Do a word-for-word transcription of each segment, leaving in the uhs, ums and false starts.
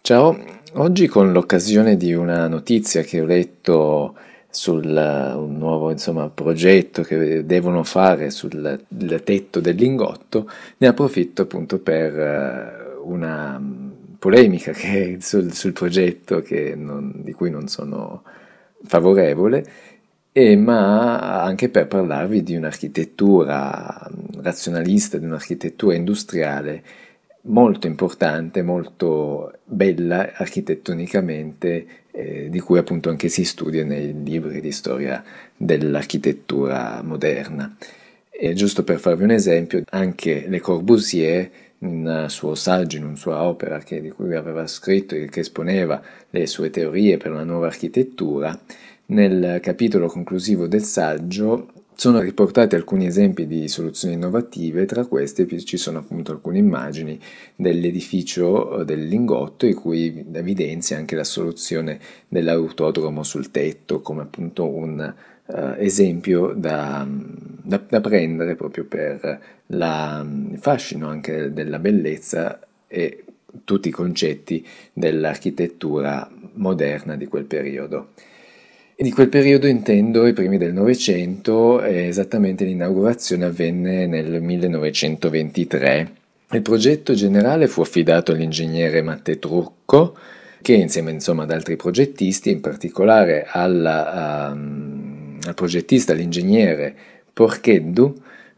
Ciao, oggi con l'occasione di una notizia che ho letto sul un nuovo, insomma, progetto che devono fare sul il tetto del Lingotto, ne approfitto appunto per eh, una mm, polemica che sul, sul progetto che non- di cui non sono favorevole, e ma anche per parlarvi di un'architettura mm, razionalista, di un'architettura industriale molto importante, molto bella architettonicamente, eh, di cui appunto anche si studia nei libri di storia dell'architettura moderna. E giusto per farvi un esempio, anche Le Corbusier, in un suo saggio, in una sua opera che, di cui aveva scritto e che esponeva le sue teorie per una nuova architettura, nel capitolo conclusivo del saggio sono riportati alcuni esempi di soluzioni innovative, tra queste ci sono appunto alcune immagini dell'edificio del Lingotto, in cui evidenzia anche la soluzione dell'autodromo sul tetto come appunto un uh, esempio da, da, da, prendere proprio per la, il fascino anche della bellezza e tutti i concetti dell'architettura moderna di quel periodo. E di quel periodo intendo i primi del Novecento, e esattamente l'inaugurazione avvenne nel millenovecentoventitré. Il progetto generale fu affidato all'ingegnere Matte Trucco, che insieme insomma, ad altri progettisti, in particolare alla, um, al progettista, l'ingegnere Porcheddu,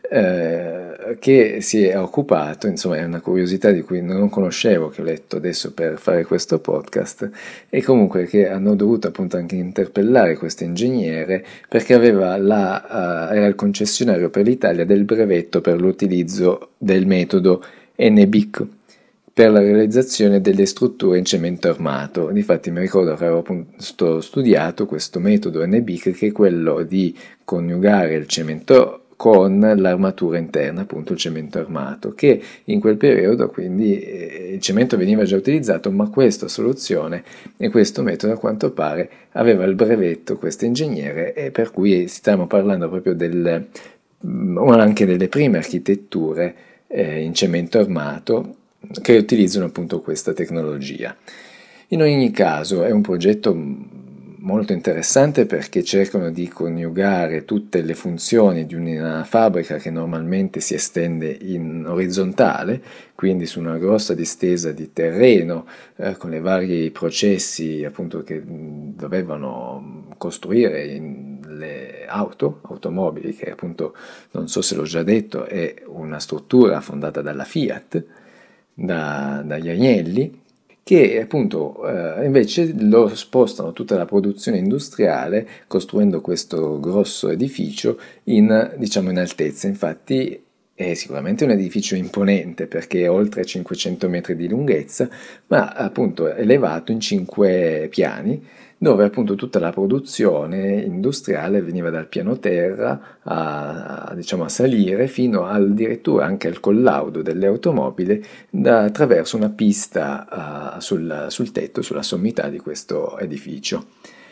eh, che si è occupato, insomma è una curiosità di cui non conoscevo, che ho letto adesso per fare questo podcast, e comunque che hanno dovuto appunto anche interpellare questo ingegnere perché aveva la, uh, era il concessionario per l'Italia del brevetto per l'utilizzo del metodo N B I C per la realizzazione delle strutture in cemento armato. Difatti mi ricordo che avevo appunto studiato questo metodo N B I C, che è quello di coniugare il cemento con l'armatura interna, appunto il cemento armato, che in quel periodo quindi eh, il cemento veniva già utilizzato, ma questa soluzione e questo metodo a quanto pare aveva il brevetto questo ingegnere, e per cui stiamo parlando proprio del, anche delle prime architetture eh, in cemento armato che utilizzano appunto questa tecnologia. In ogni caso è un progetto molto interessante perché cercano di coniugare tutte le funzioni di una fabbrica che normalmente si estende in orizzontale, quindi su una grossa distesa di terreno, eh, con i vari processi appunto che dovevano costruire in le auto, automobili, che appunto non so se l'ho già detto, è una struttura fondata dalla Fiat, da, dagli Agnelli, che appunto eh, invece lo spostano tutta la produzione industriale costruendo questo grosso edificio in, diciamo, in altezza. Infatti è sicuramente un edificio imponente perché è oltre cinquecento metri di lunghezza, ma appunto è elevato in cinque piani, dove appunto tutta la produzione industriale veniva dal piano terra a, a, diciamo, a salire fino al, addirittura anche al collaudo delle automobili da, attraverso una pista uh, sul, sul tetto, sulla sommità di questo edificio.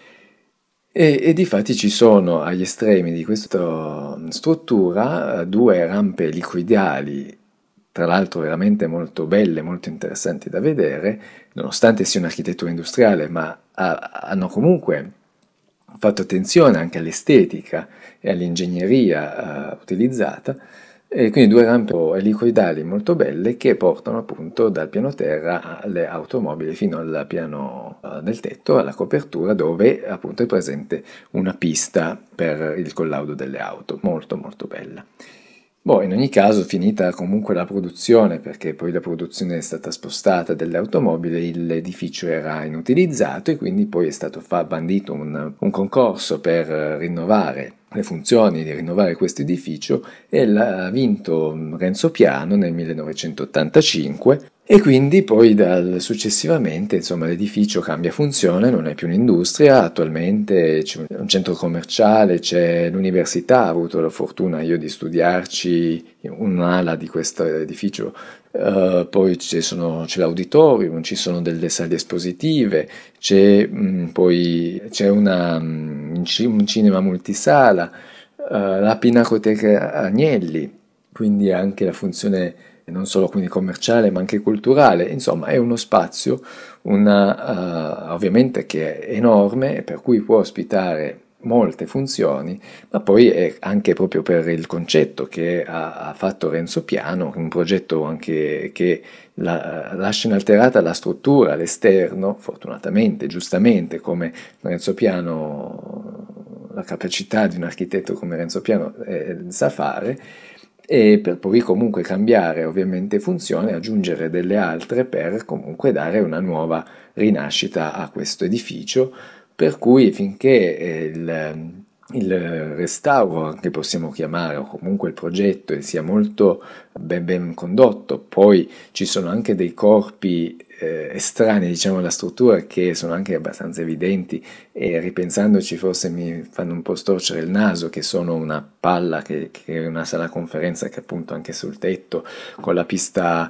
E, e difatti ci sono agli estremi di questa struttura uh, due rampe elicoidali, tra l'altro veramente molto belle, molto interessanti da vedere, nonostante sia un'architettura industriale, ma ha, hanno comunque fatto attenzione anche all'estetica e all'ingegneria uh, utilizzata, e quindi due rampe elicoidali molto belle che portano appunto dal piano terra alle automobili fino al piano uh, del tetto, alla copertura, dove appunto è presente una pista per il collaudo delle auto, molto molto bella. Boh, in ogni caso, finita comunque la produzione, perché poi la produzione è stata spostata delle automobili, l'edificio era inutilizzato e quindi poi è stato fa- bandito un, un concorso per rinnovare le funzioni di rinnovare questo edificio, e l'ha vinto Renzo Piano nel millenovecentottantacinque. E quindi poi dal, successivamente insomma, l'edificio cambia funzione, non è più un'industria, attualmente c'è un centro commerciale, c'è l'università, ho avuto la fortuna io di studiarci in un'ala di questo edificio, uh, poi c'è, sono, c'è l'auditorium, ci sono delle sale espositive, c'è mh, poi c'è una, mh, un cinema multisala, uh, la Pinacoteca Agnelli, quindi anche la funzione non solo quindi commerciale ma anche culturale, insomma è uno spazio una, uh, ovviamente che è enorme, per cui può ospitare molte funzioni, ma poi è anche proprio per il concetto che ha, ha fatto Renzo Piano, un progetto anche che la, lascia inalterata la struttura, l'esterno, fortunatamente, giustamente, come Renzo Piano, la capacità di un architetto come Renzo Piano eh, sa fare, e per poi comunque cambiare ovviamente funzione, aggiungere delle altre per comunque dare una nuova rinascita a questo edificio, per cui finché eh, il, il restauro, che possiamo chiamare, o comunque il progetto sia molto ben, ben condotto, poi ci sono anche dei corpi eh, estranei, diciamo, alla struttura che sono anche abbastanza evidenti e ripensandoci forse mi fanno un po' storcere il naso, che sono una palla che, che è una sala conferenza che appunto anche sul tetto con la pista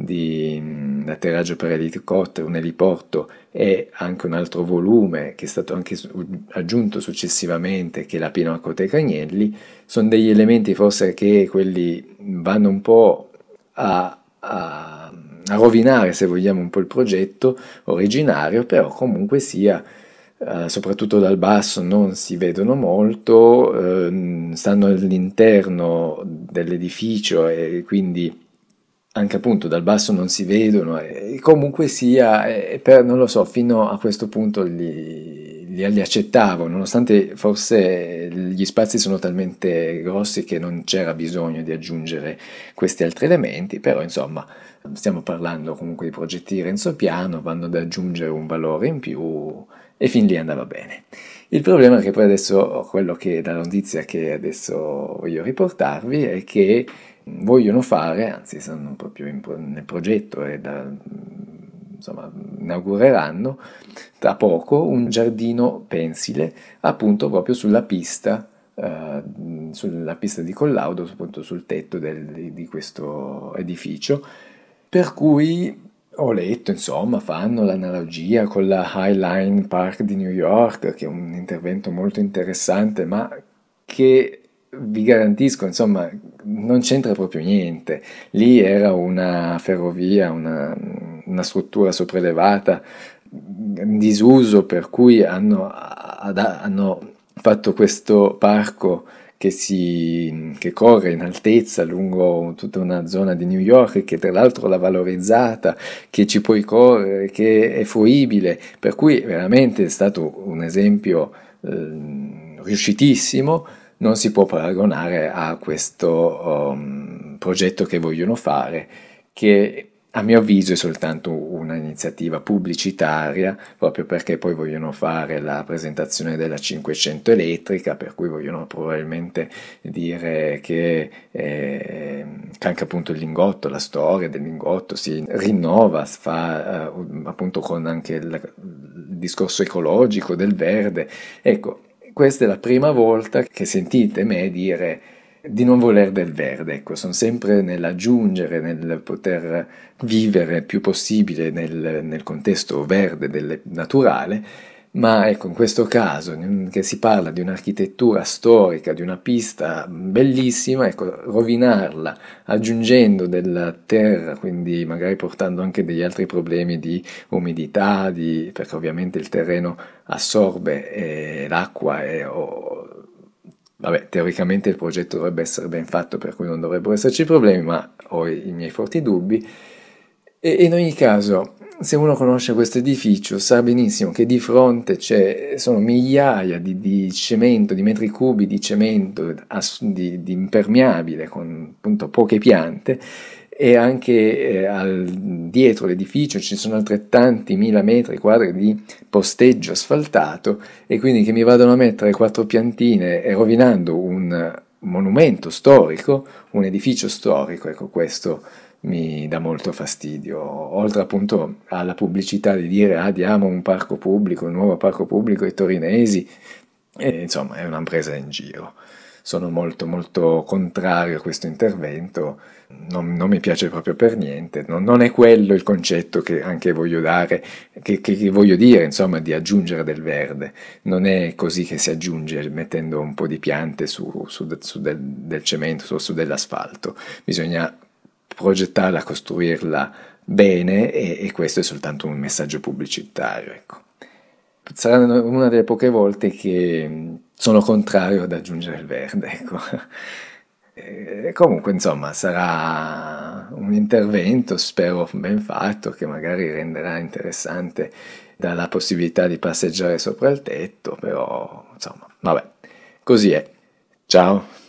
di mh, atterraggio per elicottero, un eliporto e anche un altro volume che è stato anche su- aggiunto successivamente, che è la Pinacoteca Agnelli, sono degli elementi forse che quelli vanno un po' a, a, a rovinare, se vogliamo, un po' il progetto originario, però comunque sia, eh, soprattutto dal basso non si vedono molto, ehm, stanno all'interno dell'edificio e quindi anche appunto dal basso non si vedono e comunque sia, eh, per, non lo so, fino a questo punto li, li, li accettavo, nonostante forse gli spazi sono talmente grossi che non c'era bisogno di aggiungere questi altri elementi, però insomma stiamo parlando comunque di progetti di Renzo Piano, vanno ad aggiungere un valore in più e fin lì andava bene. Il problema è che poi adesso, quello che dalla notizia che adesso voglio riportarvi è che vogliono fare, anzi sono proprio in, nel progetto e da, insomma, inaugureranno tra poco un giardino pensile appunto proprio sulla pista, eh, sulla pista di collaudo, appunto sul tetto del, di questo edificio, per cui ho letto, insomma, fanno l'analogia con la Highline Park di New York, che è un intervento molto interessante, ma che vi garantisco, insomma, non c'entra proprio niente. Lì era una ferrovia, una, una struttura sopraelevata in disuso, per cui hanno, hanno fatto questo parco che, si, che corre in altezza lungo tutta una zona di New York, che tra l'altro l'ha valorizzata, che ci puoi correre, che è fruibile, per cui veramente è stato un esempio eh, riuscitissimo. Non si può paragonare a questo um, progetto che vogliono fare, che a mio avviso è soltanto un'iniziativa pubblicitaria, proprio perché poi vogliono fare la presentazione della cinquecento elettrica, per cui vogliono probabilmente dire che, eh, che anche appunto il lingotto, la storia del lingotto si rinnova, si fa eh, appunto con anche il, il discorso ecologico del verde. Ecco, questa è la prima volta che sentite me dire di non voler del verde, ecco, sono sempre nell'aggiungere, nel poter vivere il più possibile nel, nel contesto verde, del naturale, ma ecco, in questo caso che si parla di un'architettura storica, di una pista bellissima, ecco, rovinarla aggiungendo della terra, quindi magari portando anche degli altri problemi di umidità, di, perché ovviamente il terreno assorbe eh, l'acqua e o, vabbè, teoricamente il progetto dovrebbe essere ben fatto, per cui non dovrebbero esserci problemi, ma ho i, i miei forti dubbi. E in ogni caso, se uno conosce questo edificio, sa benissimo che di fronte c'è, sono migliaia di, di cemento, di metri cubi di cemento, di, di impermeabile, con appunto poche piante, e anche eh, al, dietro l'edificio ci sono altrettanti mila metri quadri di posteggio asfaltato, e quindi che mi vadano a mettere quattro piantine e rovinando un monumento storico, un edificio storico, ecco, questo mi dà molto fastidio, oltre appunto alla pubblicità di dire ah, diamo un parco pubblico, un nuovo parco pubblico ai torinesi, e, insomma è una presa in giro. Sono molto molto contrario a questo intervento, non, non mi piace proprio per niente, non, non è quello il concetto che anche voglio dare, che, che, che voglio dire, insomma, di aggiungere del verde. Non è così che si aggiunge mettendo un po' di piante su, su, su del, del cemento, su, su dell'asfalto. Bisogna progettarla, costruirla bene e, e questo è soltanto un messaggio pubblicitario, ecco. Sarà una delle poche volte che sono contrario ad aggiungere il verde, ecco. E comunque, insomma, sarà un intervento, spero ben fatto, che magari renderà interessante dalla possibilità di passeggiare sopra il tetto, però, insomma, vabbè, così è. Ciao.